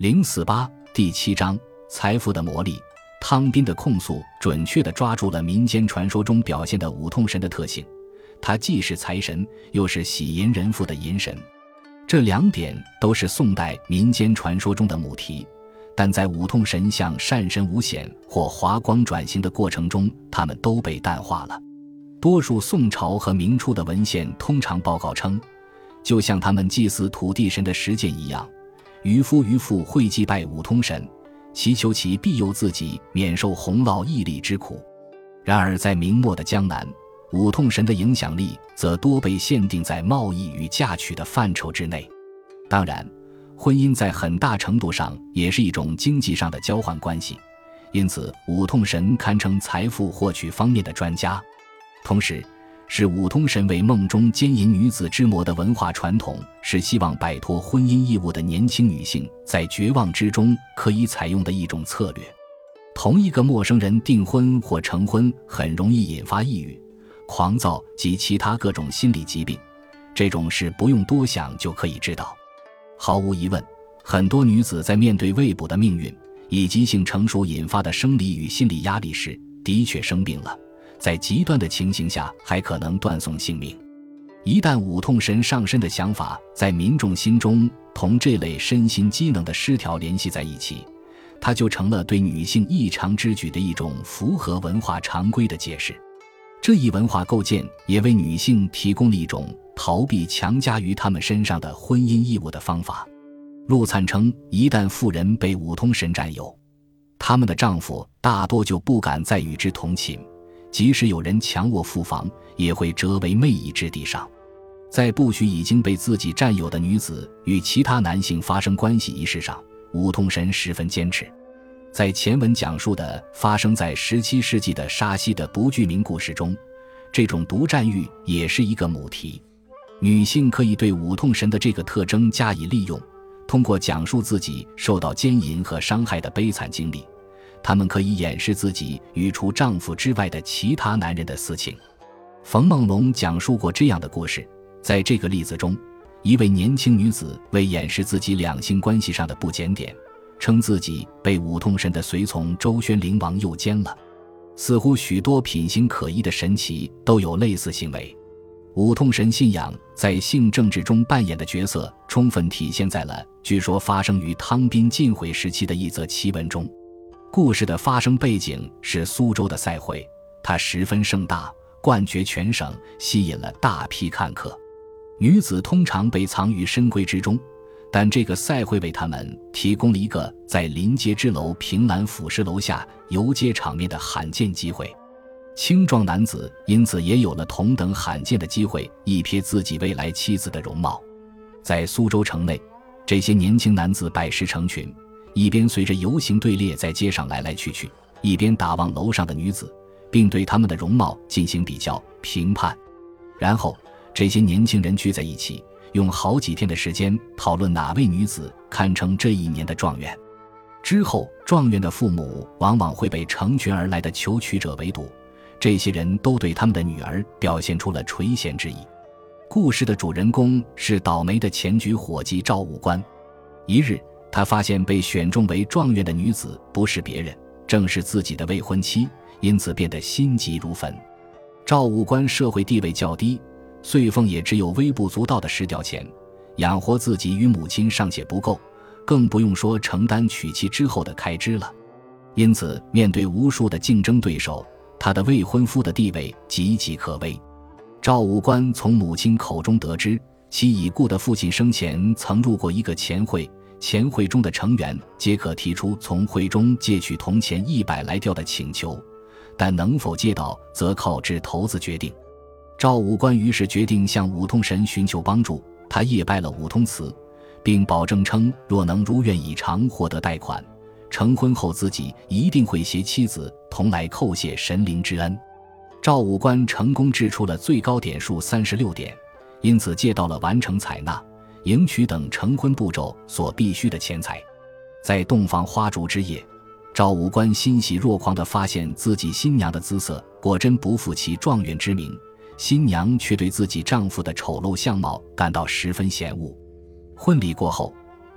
048第7章财富的魔力。汤斌的控诉准确地抓住了民间传说中表现的五痛神的特性，他既是财神，又是喜淫人妇的淫神。这两点都是宋代民间传说中的母题，但在五痛神向善神无显或华光转型的过程中，他们都被淡化了。多数宋朝和明初的文献通常报告称，就像他们祭祀土地神的实践一样，渔夫渔妇会祭拜五通神，祈求其庇佑自己免受洪涝屹立之苦。然而在明末的江南，五痛神的影响力则多被限定在贸易与嫁娶的范畴之内。当然，婚姻在很大程度上也是一种经济上的交换关系，因此五痛神堪称财富获取方面的专家。同时，视五通神为梦中奸淫女子之魔的文化传统，是希望摆脱婚姻义务的年轻女性在绝望之中可以采用的一种策略。同一个陌生人订婚或成婚很容易引发抑郁、狂躁及其他各种心理疾病，这种事不用多想就可以知道。毫无疑问，很多女子在面对未卜的命运以及性成熟引发的生理与心理压力时，的确生病了，在极端的情形下还可能断送性命。一旦五痛神上身的想法在民众心中同这类身心机能的失调联系在一起，它就成了对女性异常之举的一种符合文化常规的解释。这一文化构建也为女性提供了一种逃避强加于她们身上的婚姻义务的方法。陆灿称，一旦妇人被五通神占有，她们的丈夫大多就不敢再与之同寝，即使有人强卧妇房，也会折为媚夷之地上。在不许已经被自己占有的女子与其他男性发生关系一事上，五通神十分坚持。在前文讲述的发生在17世纪的沙溪的不具名故事中，这种独占欲也是一个母题。女性可以对五痛神的这个特征加以利用，通过讲述自己受到奸淫和伤害的悲惨经历，她们可以掩饰自己与除丈夫之外的其他男人的私情。冯梦龙讲述过这样的故事，在这个例子中，一位年轻女子为掩饰自己两性关系上的不检点，称自己被五痛神的随从周宣灵王诱奸了。似乎许多品行可疑的神祇都有类似行为。五痛神信仰在性政治中扮演的角色充分体现在了据说发生于汤斌晋毁时期的一则奇闻中。故事的发生背景是苏州的赛会，它十分盛大，冠绝全省，吸引了大批看客。女子通常被藏于深闺之中，但这个赛会为他们提供了一个在临街之楼凭栏俯视楼下游街场面的罕见机会。青壮男子因此也有了同等罕见的机会一瞥自己未来妻子的容貌。在苏州城内，这些年轻男子百十成群，一边随着游行队列在街上来来去去，一边打望楼上的女子，并对他们的容貌进行比较评判。然后这些年轻人聚在一起，用好几天的时间讨论哪位女子堪称这一年的状元。之后状元的父母往往会被成群而来的求娶者围堵，这些人都对他们的女儿表现出了垂涎之意。故事的主人公是倒霉的前局伙计赵武官。一日，他发现被选中为状元的女子不是别人，正是自己的未婚妻，因此变得心急如焚。赵武官社会地位较低，岁俸也只有微不足道的10吊钱，养活自己与母亲尚且不够，更不用说承担娶妻之后的开支了。因此面对无数的竞争对手，他的未婚夫的地位岌岌可危。赵武官从母亲口中得知，其已故的父亲生前曾入过一个钱会，钱会中的成员皆可提出从会中借取铜钱100来吊的请求，但能否借到则靠掷骰子决定。赵武官于是决定向五通神寻求帮助，他夜拜了五通祠，并保证称若能如愿以偿获得贷款，成婚后自己一定会携妻子同来叩谢神灵之恩。赵武官成功掷出了最高点数36点，因此借到了完成采纳、迎娶等成婚步骤所必须的钱财。在洞房花烛之夜，赵武官欣喜若狂地发现自己新娘的姿色果真不负其状元之名，新娘却对自己丈夫的丑陋相貌感到十分嫌恶。婚礼过后，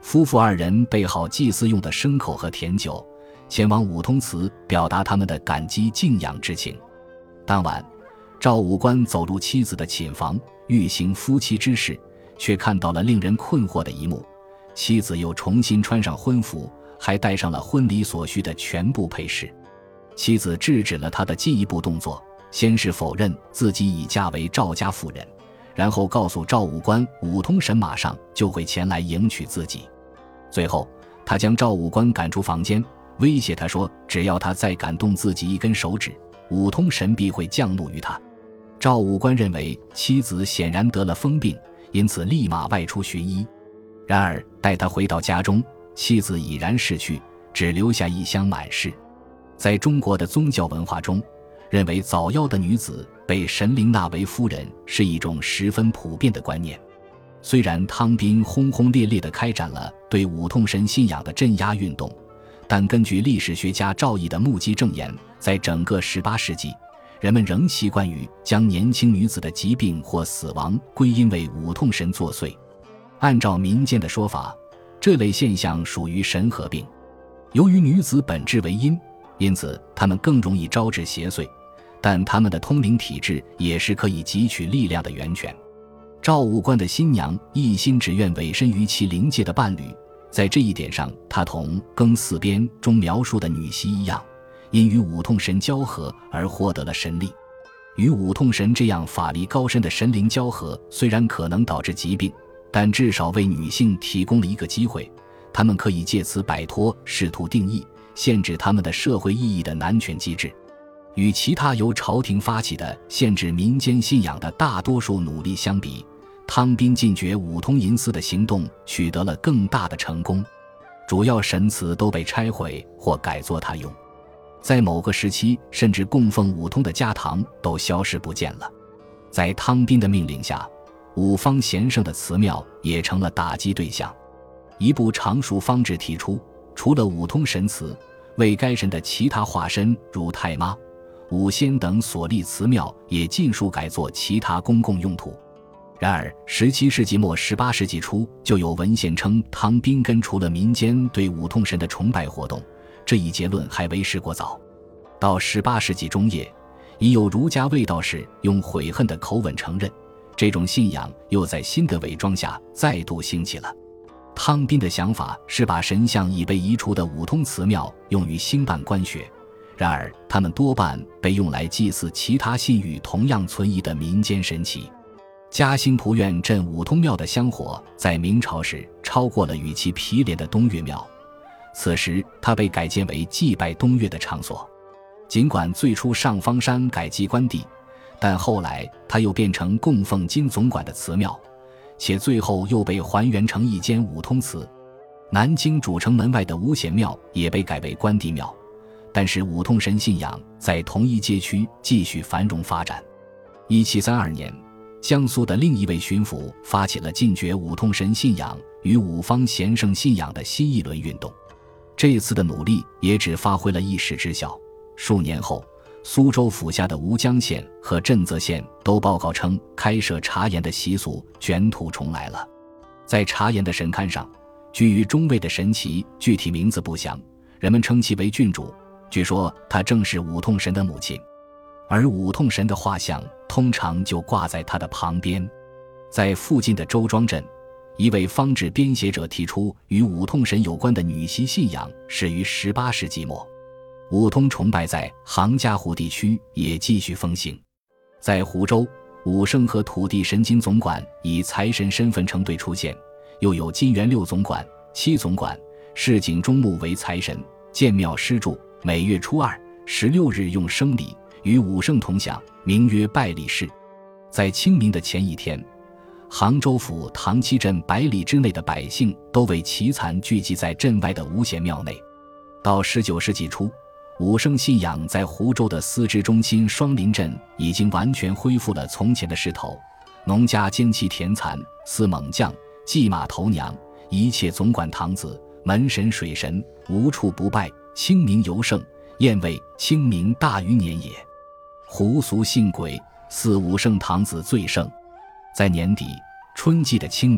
夫妇二人备好祭祀用的牲口和甜酒，前往五通祠表达他们的感激敬仰之情。当晚，赵武官走入妻子的寝房，欲行夫妻之事，却看到了令人困惑的一幕：妻子又重新穿上婚服，还带上了婚礼所需的全部配饰。妻子制止了他的进一步动作，先是否认自己已嫁为赵家妇人，然后告诉赵武官武通神马上就会前来迎娶自己。最后他将赵武官赶出房间，威胁他说只要他再敢动自己一根手指，武通神必会降怒于他。赵武官认为妻子显然得了疯病，因此立马外出寻医。然而待他回到家中，妻子已然逝去，只留下一箱满室。在中国的宗教文化中，认为早夭的女子被神灵纳为夫人是一种十分普遍的观念。虽然汤斌轰轰烈烈地开展了对武通神信仰的镇压运动，但根据历史学家赵翼的目击证言，在整个18世纪，人们仍习惯于将年轻女子的疾病或死亡归因为武通神作祟。按照民间的说法，这类现象属于神合病。由于女子本质为阴，因此她们更容易招致邪祟，但她们的通灵体质也是可以汲取力量的源泉。赵武官的新娘一心只愿委身于其灵界的伴侣，在这一点上，她同《更四编》中描述的女袭一样，因与武通神交合而获得了神力。与武通神这样法力高深的神灵交合，虽然可能导致疾病，但至少为女性提供了一个机会，她们可以借此摆脱试图定义、限制她们的社会意义的男权机制。与其他由朝廷发起的限制民间信仰的大多数努力相比，汤斌禁绝武通淫祀的行动取得了更大的成功，主要神祠都被拆毁或改作他用。在某个时期，甚至供奉武通的家堂都消失不见了。在汤斌的命令下，五方贤圣的祠庙也成了打击对象。一部常熟方志提出，除了武通神祠，为该神的其他化身如太妈、五仙等所立祠庙也尽数改作其他公共用途。然而17世纪末18世纪初就有文献称汤斌根除了民间对武通神的崇拜活动，这一结论还为时过早。到18世纪中叶，已有儒家卫道士用悔恨的口吻承认，这种信仰又在新的伪装下再度兴起了。汤斌的想法是把神像已被移除的武通祠庙用于兴办官学，然而他们多半被用来祭祀其他信誉同样存疑的民间神祇。嘉兴蒲院镇武通庙的香火在明朝时超过了与其毗连的东岳庙，此时它被改建为祭拜东岳的场所。尽管最初上方山改祭关帝，但后来它又变成供奉金总管的祠庙，且最后又被还原成一间武通祠。南京主城门外的五显庙也被改为关帝庙，但是武通神信仰在同一街区继续繁荣发展。1732年，江苏的另一位巡抚发起了禁绝武通神信仰与五方贤圣信仰的新一轮运动。这次的努力也只发挥了一时之效，数年后，苏州府下的吴江县和震泽县都报告称，开设茶盐的习俗卷土重来了。在茶盐的神龛上，居于中位的神祇具体名字不详，人们称其为郡主，据说她正是武通神的母亲，而武通神的画像通常就挂在他的旁边。在附近的周庄镇，一位方志编写者提出，与武通神有关的女袭信仰始于18世纪末。武通崇拜在杭嘉湖地区也继续风行。在湖州，武圣和土地神金总管以财神身份成对出现，又有金元六总管、七总管、市井中木为财神，建庙施祝，每月初2、16日用生礼，与武圣同享，名曰拜礼式。在清明的前一天，杭州府唐七镇100里之内的百姓都为祈残聚集在镇外的五显庙内。到19世纪初，武圣信仰在湖州的司职中心双林镇已经完全恢复了从前的势头，农家兼其田蚕、司猛将、祭马头娘，一切总管堂子、门神水神无处不拜，清明尤盛，燕谓清明大余年也。胡俗信鬼，祀武圣堂子最盛。在年底春季的清明，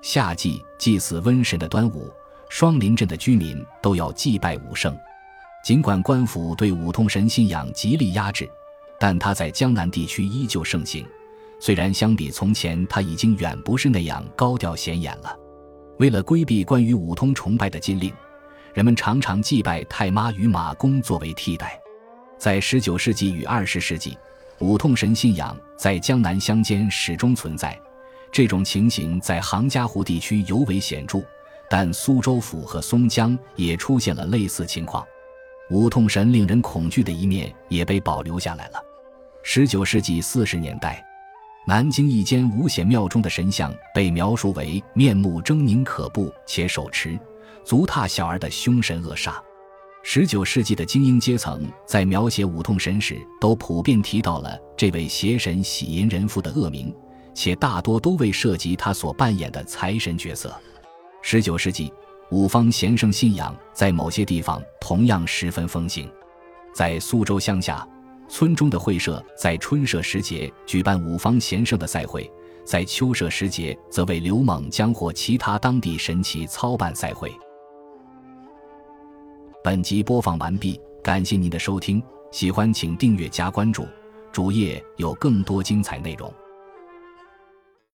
夏季祭祀瘟神的端午，双林镇的居民都要祭拜武圣。尽管官府对武通神信仰极力压制，但它在江南地区依旧盛行，虽然相比从前它已经远不是那样高调显眼了。为了规避关于武通崇拜的禁令，人们常常祭拜太妈与马公作为替代。在19世纪与20世纪，武通神信仰在江南乡间始终存在，这种情形在杭嘉湖地区尤为显著，但苏州府和松江也出现了类似情况。武通神令人恐惧的一面也被保留下来了。19世纪40年代，南京一间五显庙中的神像被描述为面目狰狞可怖且手持足踏小儿的凶神恶煞。19世纪的精英阶层在描写武通神时都普遍提到了这位邪神喜吟人夫的恶名，且大多都未涉及他所扮演的财神角色。19世纪五方贤圣信仰在某些地方同样十分风行。在苏州乡下，村中的会社在春社时节举办五方贤圣的赛会，在秋社时节则为刘猛江或其他当地神祇操办赛会。本集播放完毕，感谢您的收听，喜欢请订阅加关注，主页有更多精彩内容。